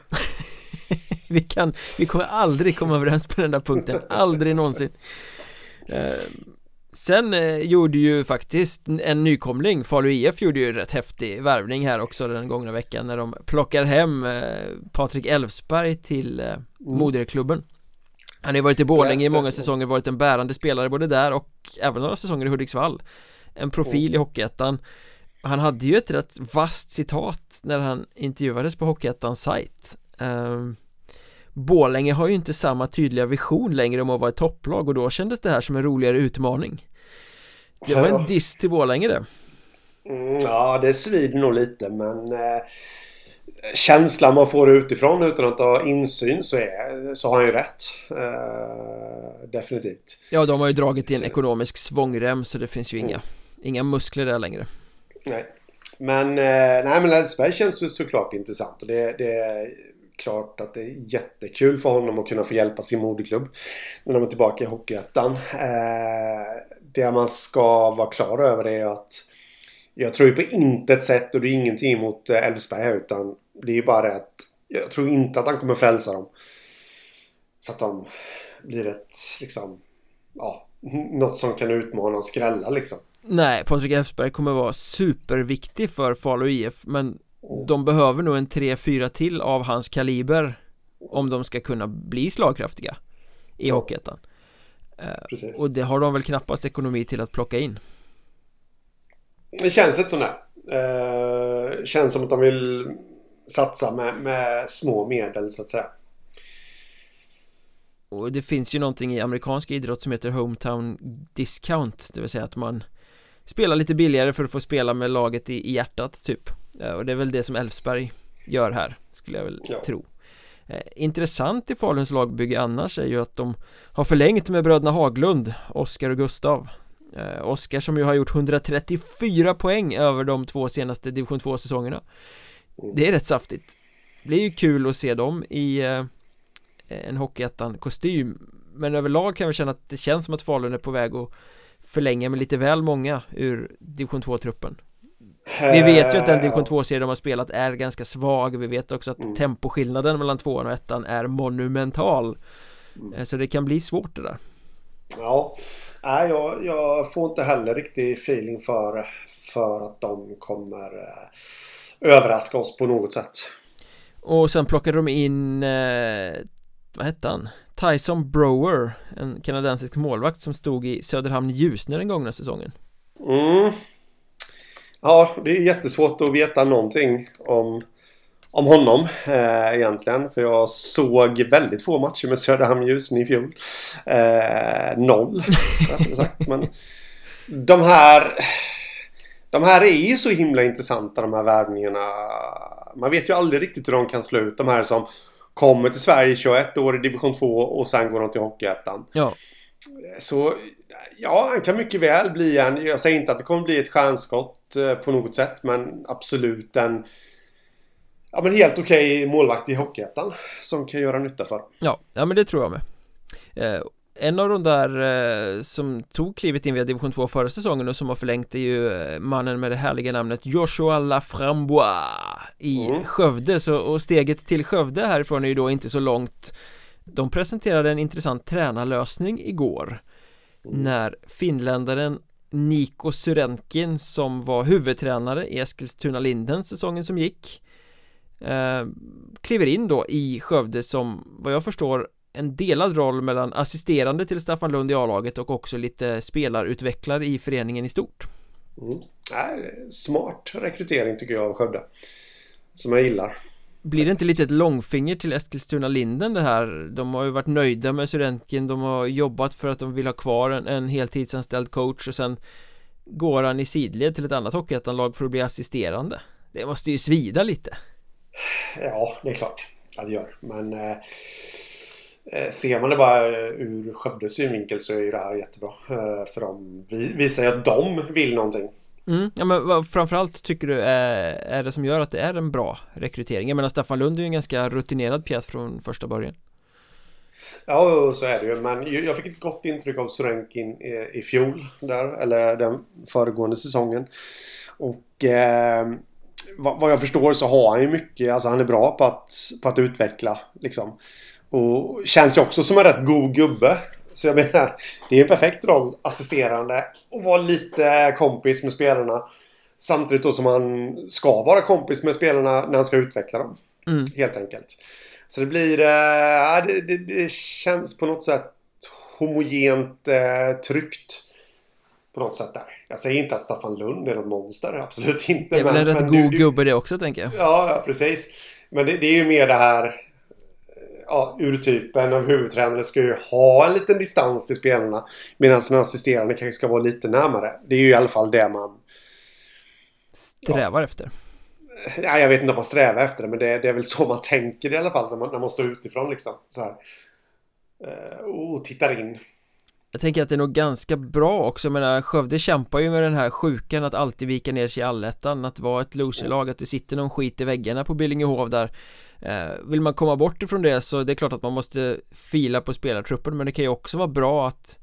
Vi kommer aldrig komma överens på den där punkten. Aldrig någonsin. Sen gjorde ju faktiskt en nykomling, Falu IF gjorde ju rätt häftig värvning här också den gångna veckan när de plockar hem Patrik Elfsberg till moderklubben. Han har ju varit i Borlänge i många säsonger, varit en bärande spelare både där och även några säsonger i Hudiksvall. En profil i Hockeyettan. Han hade ju ett rätt vasst citat när han intervjuades på Hockeyettans sajt. Borlänge har ju inte samma tydliga vision längre om att vara ett topplag, och då kändes det här som en roligare utmaning. Det var en diss till Borlänge det. Ja, det svider nog lite, men känslan man får utifrån utan att ha insyn så har han ju rätt. Definitivt. Ja, de har ju dragit i en ekonomisk svångrem, så det finns ju inga muskler där längre. Nej. Men Elfsberg känns ju såklart intressant, och det är klart att det är jättekul för honom att kunna få hjälpa sin moderklubb när de är tillbaka i Hockeyettan. Det man ska vara klar över är att jag tror ju på intet sätt, och det är ingenting mot Elfsberg här, utan det är ju bara att jag tror inte att han kommer frälsa dem så att de blir ett liksom, ja, något som kan utmana och skrälla liksom. Nej, Patrik Elfsberg kommer vara superviktig för Falu IF, men de behöver nog en 3-4 till av hans kaliber om de ska kunna bli slagkraftiga i Hockeyettan. Precis. Och det har de väl knappast ekonomi till att plocka in. Det känns inte sådär. Känns som att de vill satsa med små medel så att säga. Och det finns ju någonting i amerikansk idrott som heter hometown discount. Det vill säga att man spelar lite billigare för att få spela med laget i hjärtat typ. Och det är väl det som Elfsberg gör här, skulle jag väl tro. Intressant i Faluns lagbygge annars är ju att de har förlängt med bröderna Haglund, Oskar och Gustav. Oskar som ju har gjort 134 poäng över de 2 senaste division 2-säsongerna. Det är rätt saftigt. Det är ju kul att se dem i en Hockeyettan-kostym. Men överlag kan vi känna att det känns som att Falun är på väg att förlänga med lite väl många ur division 2-truppen. Vi vet ju att den division 2-serie de har spelat är ganska svag. Vi vet också att temposkillnaden mellan 2:an och 1:an är monumental. Så det kan bli svårt det där. Ja, jag får inte heller riktig feeling för att de kommer överraska oss på något sätt. Och sen plockade de in vad hette han? Tyson Brower, en kanadensisk målvakt som stod i Söderhamn Ljusne den gångna säsongen. Ja, det är jättesvårt att veta någonting om honom egentligen. För jag såg väldigt få matcher med Söderhamn Ljusne i fjol. 0 rättare sagt. Men de här är ju så himla intressanta, de här värvningarna. Man vet ju aldrig riktigt hur de kan slå ut. De här som kommer till Sverige 21 år i division 2 och sen går de till Hockeyettan. Ja. Så ja, han kan mycket väl bli jag säger inte att det kommer bli ett stjärnskott på något sätt, men absolut en helt okej målvakt i Hockeyettan som kan göra nytta för. Ja, men det tror jag med. En av de där som tog klivet in via division 2 förra säsongen och som har förlängt är ju mannen med det härliga namnet Joshua Laframboise i Skövde. Och steget till Skövde härifrån är ju då inte så långt. De presenterade en intressant tränarlösning igår när finländaren Niko Surenkin, som var huvudtränare i Eskilstuna Linden säsongen som gick, kliver in då i Skövde som, vad jag förstår, en delad roll mellan assisterande till Staffan Lund i A-laget och också lite spelarutvecklare i föreningen i stort. Smart rekrytering tycker jag av Skövde, som jag gillar. Blir det inte lite ett långfinger till Eskilstuna Linden det här? De har ju varit nöjda med Surenkin, de har jobbat för att de vill ha kvar en heltidsanställd coach och sen går han i sidled till ett annat hockeyettanlag för att bli assisterande. Det måste ju svida lite. Ja, det är klart att det gör. Men ser man det bara ur Skövdes synvinkel så är ju det här jättebra. För de visar ju att de vill någonting. Ja, men vad framförallt tycker du är det som gör att det är en bra rekrytering? Jag menar, Staffan Lund är ju en ganska rutinerad pjäs från första början. Ja, så är det ju. Men jag fick ett gott intryck av Surenkin i fjol där, eller den föregående säsongen. Och vad jag förstår så har han ju mycket, alltså han är bra på att utveckla liksom. Och känns ju också som en rätt god gubbe. Så jag menar, det är en perfekt roll, assisterande och vara lite kompis med spelarna. Samtidigt då som man ska vara kompis med spelarna när han ska utveckla dem. Helt enkelt. Så det blir, det känns på något sätt homogent tryggt. På något sätt där. Jag säger inte att Staffan Lund är något monster, absolut inte. Det är väl en rätt god gubbe det också, tänker jag. Ja, precis. Men det är ju mer det här, urtypen av huvudtränare ska ju ha en liten distans till spelarna, medan den assisterande kanske ska vara lite närmare. Det är ju i alla fall det man strävar efter. Ja, jag vet inte om man strävar efter det, men det är väl så man tänker i alla fall när man står utifrån liksom, så här. Och tittar in. Jag tänker att det är nog ganska bra också. Men Skövde kämpar ju med den här sjukan att alltid vika ner sig i allettan, att vara ett loserlag, att det sitter någon skit i väggarna på Billingehov där. Vill man komma bort ifrån det så det är klart att man måste fila på spelartruppen, men det kan ju också vara bra att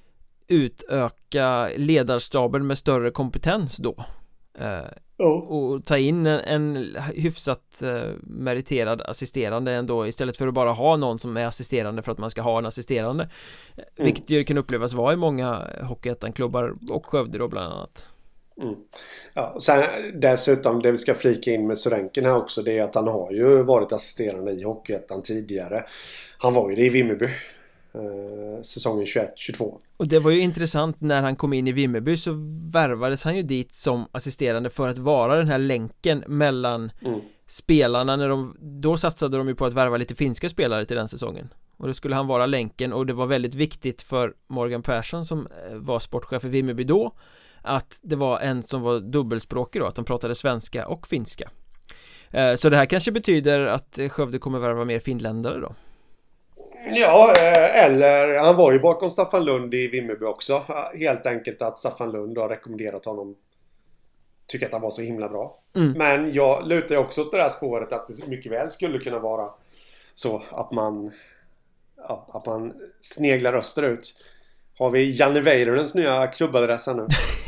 utöka ledarstaben med större kompetens då. Och ta in en hyfsat meriterad assisterande ändå, istället för att bara ha någon som är assisterande för att man ska ha en assisterande, vilket ju kan upplevas vara i många Hockeyettan-klubbar och Skövde då bland annat. Ja, och sen dessutom det vi ska flika in med Surenkin här också, det är att han har ju varit assisterande i Hockeyettan tidigare. Han var ju det i Vimmerby säsongen 21-22. Och det var ju intressant när han kom in i Vimmerby, så värvades han ju dit som assisterande för att vara den här länken mellan spelarna. Då satsade de ju på att värva lite finska spelare till den säsongen, och då skulle han vara länken, och det var väldigt viktigt för Morgan Persson som var sportchef i Vimmerby då, att det var en som var dubbelspråkig då, att de pratade svenska och finska. Så det här kanske betyder att Skövde kommer värva mer finländare då? Ja, eller han var ju bakom Staffan Lund i Vimmerby också. Helt enkelt att Staffan Lund har rekommenderat honom. Tycker att han var så himla bra. Men jag lutar ju också åt det där spåret att det mycket väl skulle kunna vara så att man sneglar österut. Har vi Janne Weirunens nya klubbadress nu?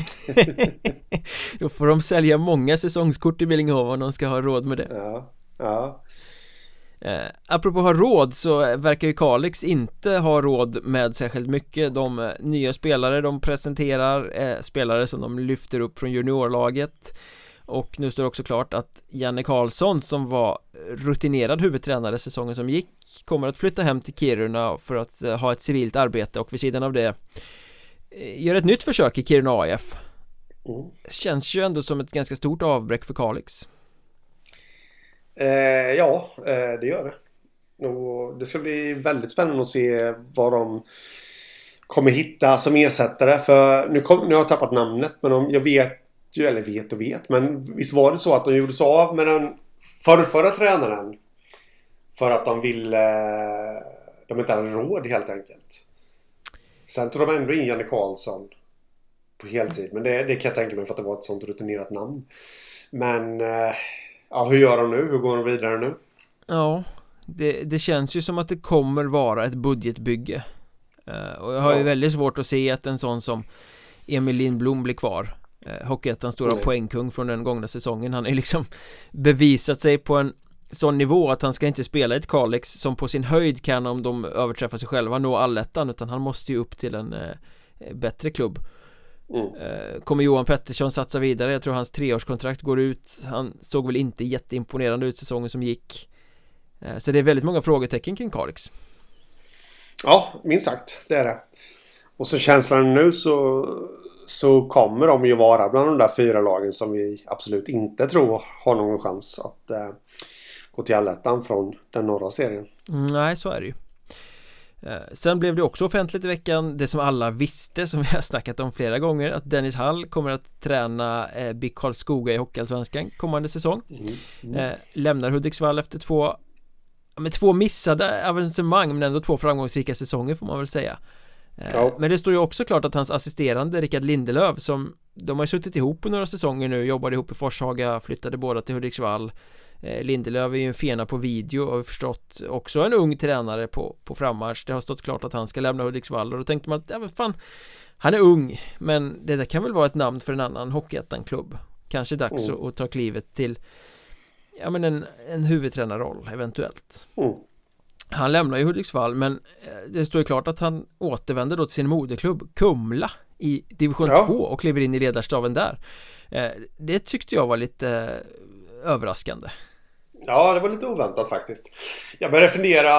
Då får de sälja många säsongskort i Billingehov om de ska ha råd med det. Ja. Apropå ha råd, så verkar ju Kalix inte ha råd med särskilt mycket. De nya spelare de presenterar spelare som de lyfter upp från juniorlaget. Och nu står det också klart att Janne Karlsson, som var rutinerad huvudtränare säsongen som gick, kommer att flytta hem till Kiruna för att ha ett civilt arbete, och vid sidan av det gör ett nytt försök i Kiruna AF. Känns ju ändå som ett ganska stort avbräck för Kalix. Ja, det gör det. Och det ska bli väldigt spännande att se vad de kommer hitta som ersättare. För nu har jag tappat namnet, men jag vet ju, eller vet, men visst var det så att de gjorde sig av med den förra tränaren för att de inte hade råd helt enkelt. Sen tog de ändå in Janne Karlsson på heltid, men det kan jag tänka mig för att det var ett sånt rutinerat namn. Men hur gör de nu? Hur går de vidare nu? Ja, det känns ju som att det kommer vara ett budgetbygge. Och jag har ju väldigt svårt att se att en sån som Emil Lindblom blir kvar. Hockeyettans stora poängkung från den gångna säsongen. Han har ju liksom bevisat sig på en sån nivå att han ska inte spela i ett Kalix som på sin höjd kan, om de överträffar sig själva, nå allettan, utan han måste ju upp till en bättre klubb. Kommer Johan Pettersson satsa vidare? Jag tror hans 3-årskontrakt går ut. Han såg väl inte jätteimponerande ut säsongen som gick. Så det är väldigt många frågetecken kring Kalix. Ja, minst sagt, det är det. Och så känslan nu så kommer de ju vara bland de där 4 lagen som vi absolut inte tror har någon chans att gå till allettan från den norra serien. Nej, så är det ju. Sen blev det också offentligt i veckan, det som alla visste, som vi har snackat om flera gånger, att Dennis Hall kommer att träna BIK Karlskoga i Hockeyallsvenskan kommande säsong. Lämnar Hudiksvall efter två missade avancemang, men ändå 2 framgångsrika säsonger får man väl säga. Men det står ju också klart att hans assisterande Rickard Lindelöf, som de har suttit ihop på några säsonger nu, jobbade ihop i Forshaga, flyttade båda till Hudiksvall. Lindelöf är ju en fena på video och har förstått, också en ung tränare på frammarsch. Det har stått klart att han ska lämna Hudiksvall, och då tänkte man att han är ung, men det där kan väl vara ett namn för en annan Hockeyettan-klubb. Kanske dags att ta klivet till en huvudtränarroll eventuellt. Han lämnar ju Hudiksvall, men det står ju klart att han återvänder då till sin moderklubb Kumla i division 2 och kliver in i ledarstaven där. Det tyckte jag var lite överraskande. Ja, det var lite oväntat faktiskt. Jag började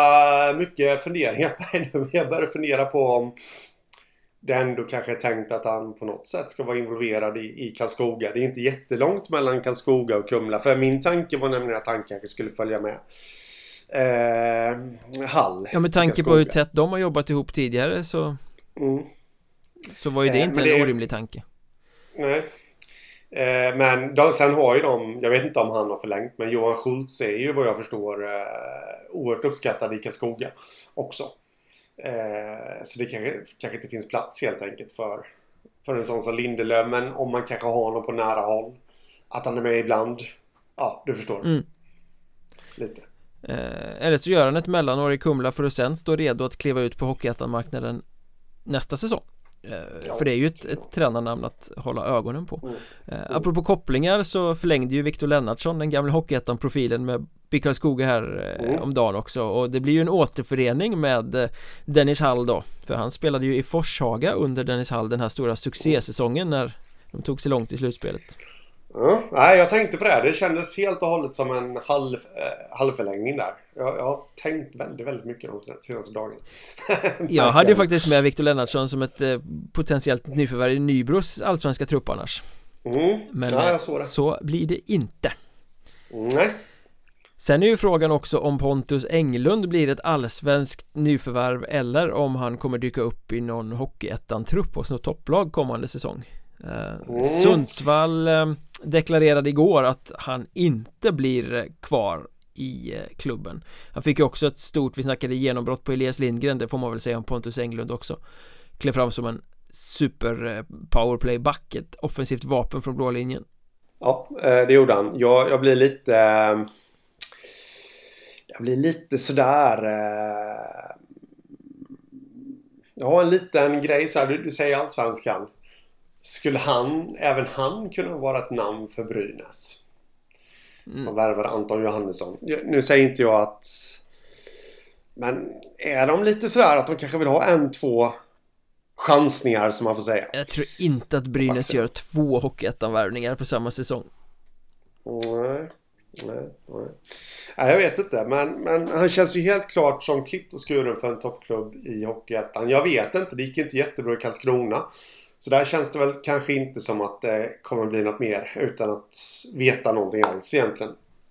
fundera på om det ändå kanske är tänkt att han på något sätt ska vara involverad i Karlskoga. Det är inte jättelångt mellan Karlskoga och Kumla, för min tanke var nämligen att han kanske skulle följa med Hall. Ja, med tanke på hur tätt de har jobbat ihop tidigare så var ju det inte en orimlig tanke. Nej. Men sen har ju jag vet inte om han har förlängt, men Johan Schultz är ju vad jag förstår oerhört uppskattad i Karlskoga också. Så det kanske inte finns plats helt enkelt för en sån som Lindelöf, men om man kanske har honom på nära håll, att han är med ibland, ja, du förstår. Lite. Eller så gör han ett mellanår i Kumla för att sen stå redo att kliva ut på Hockeyettan-marknaden nästa säsong. För det är ju ett tränarnamn att hålla ögonen på. Apropå kopplingar så förlängde ju Victor Lennartsson, den gamla Hockeyettan-profilen, med BIK Karlskoga här om dagen också. Och det blir ju en återförening med Dennis Hall då. För han spelade ju i Forshaga under Dennis Hall den här stora succésäsongen när de tog sig långt i slutspelet. Ja, nej, jag tänkte på det. Det kändes helt och hållet som en halvförlängning där. Jag har tänkt väldigt, väldigt mycket de senaste dagarna. Jag hade ju faktiskt med Victor Lennartsson som ett potentiellt nyförvärv i Nybros allsvenska trupp annars. Men ja, så blir det inte. Nej. Sen är ju frågan också om Pontus Englund blir ett allsvenskt nyförvärv eller om han kommer dyka upp i någon Hockeyettan-trupp hos något topplag kommande säsong. Sundsvall deklarerade igår att han inte blir kvar i klubben. Han fick ju också ett stort, vi snackade genombrott på Elias Lindgren, det får man väl säga om Pontus Englund också. Klev fram som en super powerplay-back, ett offensivt vapen från blå linjen. Ja, det gjorde han. Jag blir lite sådär. Jag har en liten grej så här, du säger allsvenskan. Skulle även han kunna vara ett namn för Brynäs? Som värvade Anton Johannesson. Nu säger inte jag att... Men är de lite sådär att de kanske vill ha 1-2 chansningar som man får säga? Jag tror inte att Brynäs gör 2 Hockeyettan-värvningar på samma säsong. Nej, jag vet inte, men han känns ju helt klart som klippt och skuren för en toppklubb i Hockeyettan. Jag vet inte, det gick inte jättebra i Karlskrona. Så där känns det väl kanske inte som att det kommer bli något mer utan att veta någonting alls egentligen.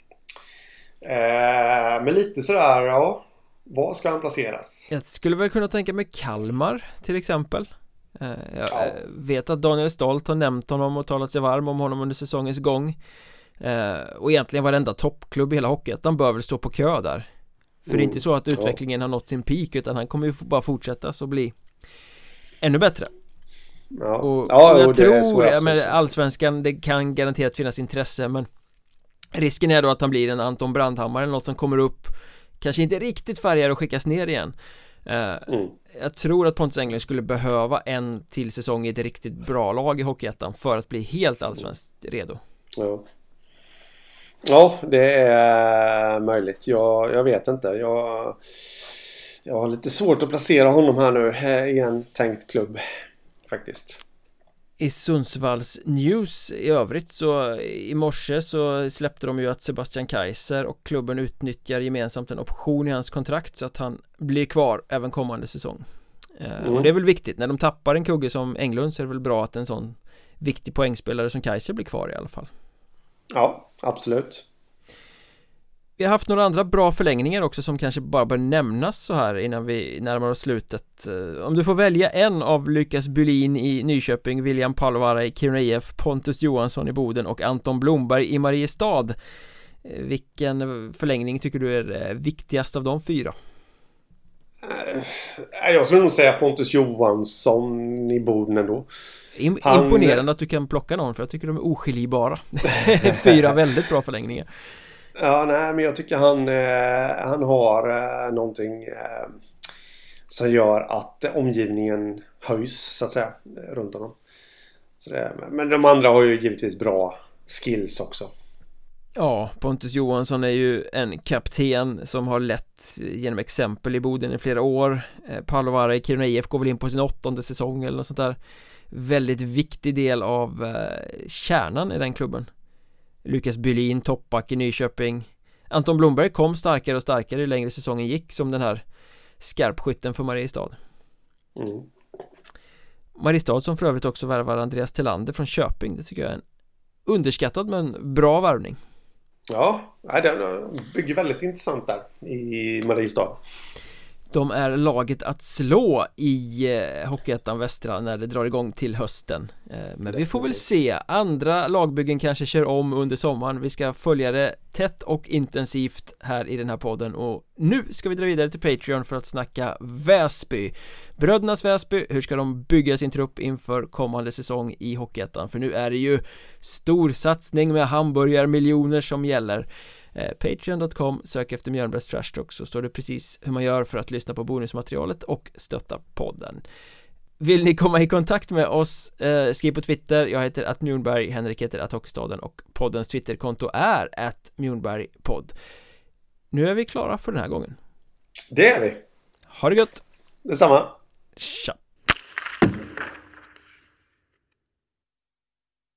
Men lite sådär, ja, var ska han placeras? Jag skulle väl kunna tänka mig Kalmar till exempel. Jag vet att Daniel Stolt har nämnt honom och talat sig varm om honom under säsongens gång. Och egentligen varenda toppklubb i hela Hockeyettan bör väl stå på kö där. För det är inte så att utvecklingen har nått sin peak, utan han kommer ju bara fortsätta så bli ännu bättre. Och jag tror med allsvenskan, det kan garanterat finnas intresse, men risken är då att han blir en Anton Brandhammar eller något som kommer upp, kanske inte riktigt färgar och skickas ner igen. Jag tror att Pontus Englund skulle behöva en till säsong i ett riktigt bra lag i Hockeyettan för att bli helt allsvenskt redo. Ja, det är möjligt. Jag vet inte. Jag har lite svårt att placera honom här nu i en tänkt klubb faktiskt. I Sundsvalls news i övrigt så i morse så släppte de ju att Sebastian Kaiser och klubben utnyttjar gemensamt en option i hans kontrakt så att han blir kvar även kommande säsong. Och det är väl viktigt, när de tappar en kugge som Englund så är det väl bra att en sån viktig poängspelare som Kaiser blir kvar i alla fall. Ja, absolut. Vi har haft några andra bra förlängningar också som kanske bara bör nämnas så här innan vi närmar oss slutet. Om du får välja en av Lukas Bylin i Nyköping, William Palvara i Kiruna IF, Pontus Johansson i Boden och Anton Blomberg i Mariestad, vilken förlängning tycker du är viktigast av de 4? Jag skulle nog säga Pontus Johansson i Boden ändå. Imponerande att du kan plocka någon, för jag tycker de är oskiljbara. 4 väldigt bra förlängningar. Ja, nej, men jag tycker han har någonting som gör att omgivningen höjs så att säga runt honom. Men de andra har ju givetvis bra skills också. Ja, Pontus Johansson är ju en kapten som har lett genom exempel i Boden i flera år. Palovara i Kiruna IF går väl in på sin 8:e säsong eller något sånt där. Väldigt viktig del av kärnan i den klubben. Lukas Bylin, toppback i Nyköping. Anton Blomberg kom starkare och starkare ju längre säsongen gick, som den här skarpskytten för Mariestad. Mariestad som för övrigt också värvar Andreas Tillander från Köping. Det tycker jag är en underskattad men bra värvning. Ja, den bygger väldigt intressant där i Mariestad. De är laget att slå i Hockeyettan Västra när det drar igång till hösten. Men vi får väl se. Andra lagbyggen kanske kör om under sommaren. Vi ska följa det tätt och intensivt här i den här podden. Och nu ska vi dra vidare till Patreon för att snacka Väsby. Brödernas Väsby, hur ska de bygga sin trupp inför kommande säsong i Hockeyettan? För nu är det ju stor satsning med hamburgarmiljoner som gäller. Patreon.com, sök efter Mjölnbergs Trash Talk, så står det precis hur man gör för att lyssna på bonusmaterialet och stötta podden. Vill ni komma i kontakt med oss, skriv på Twitter. Jag heter @Mjölnberg, Henrik heter @Hockeystaden och poddens Twitterkonto är @Mjölnbergpodd. Nu är vi klara för den här gången. Det är vi. Ha det gött. Detsamma. Tja.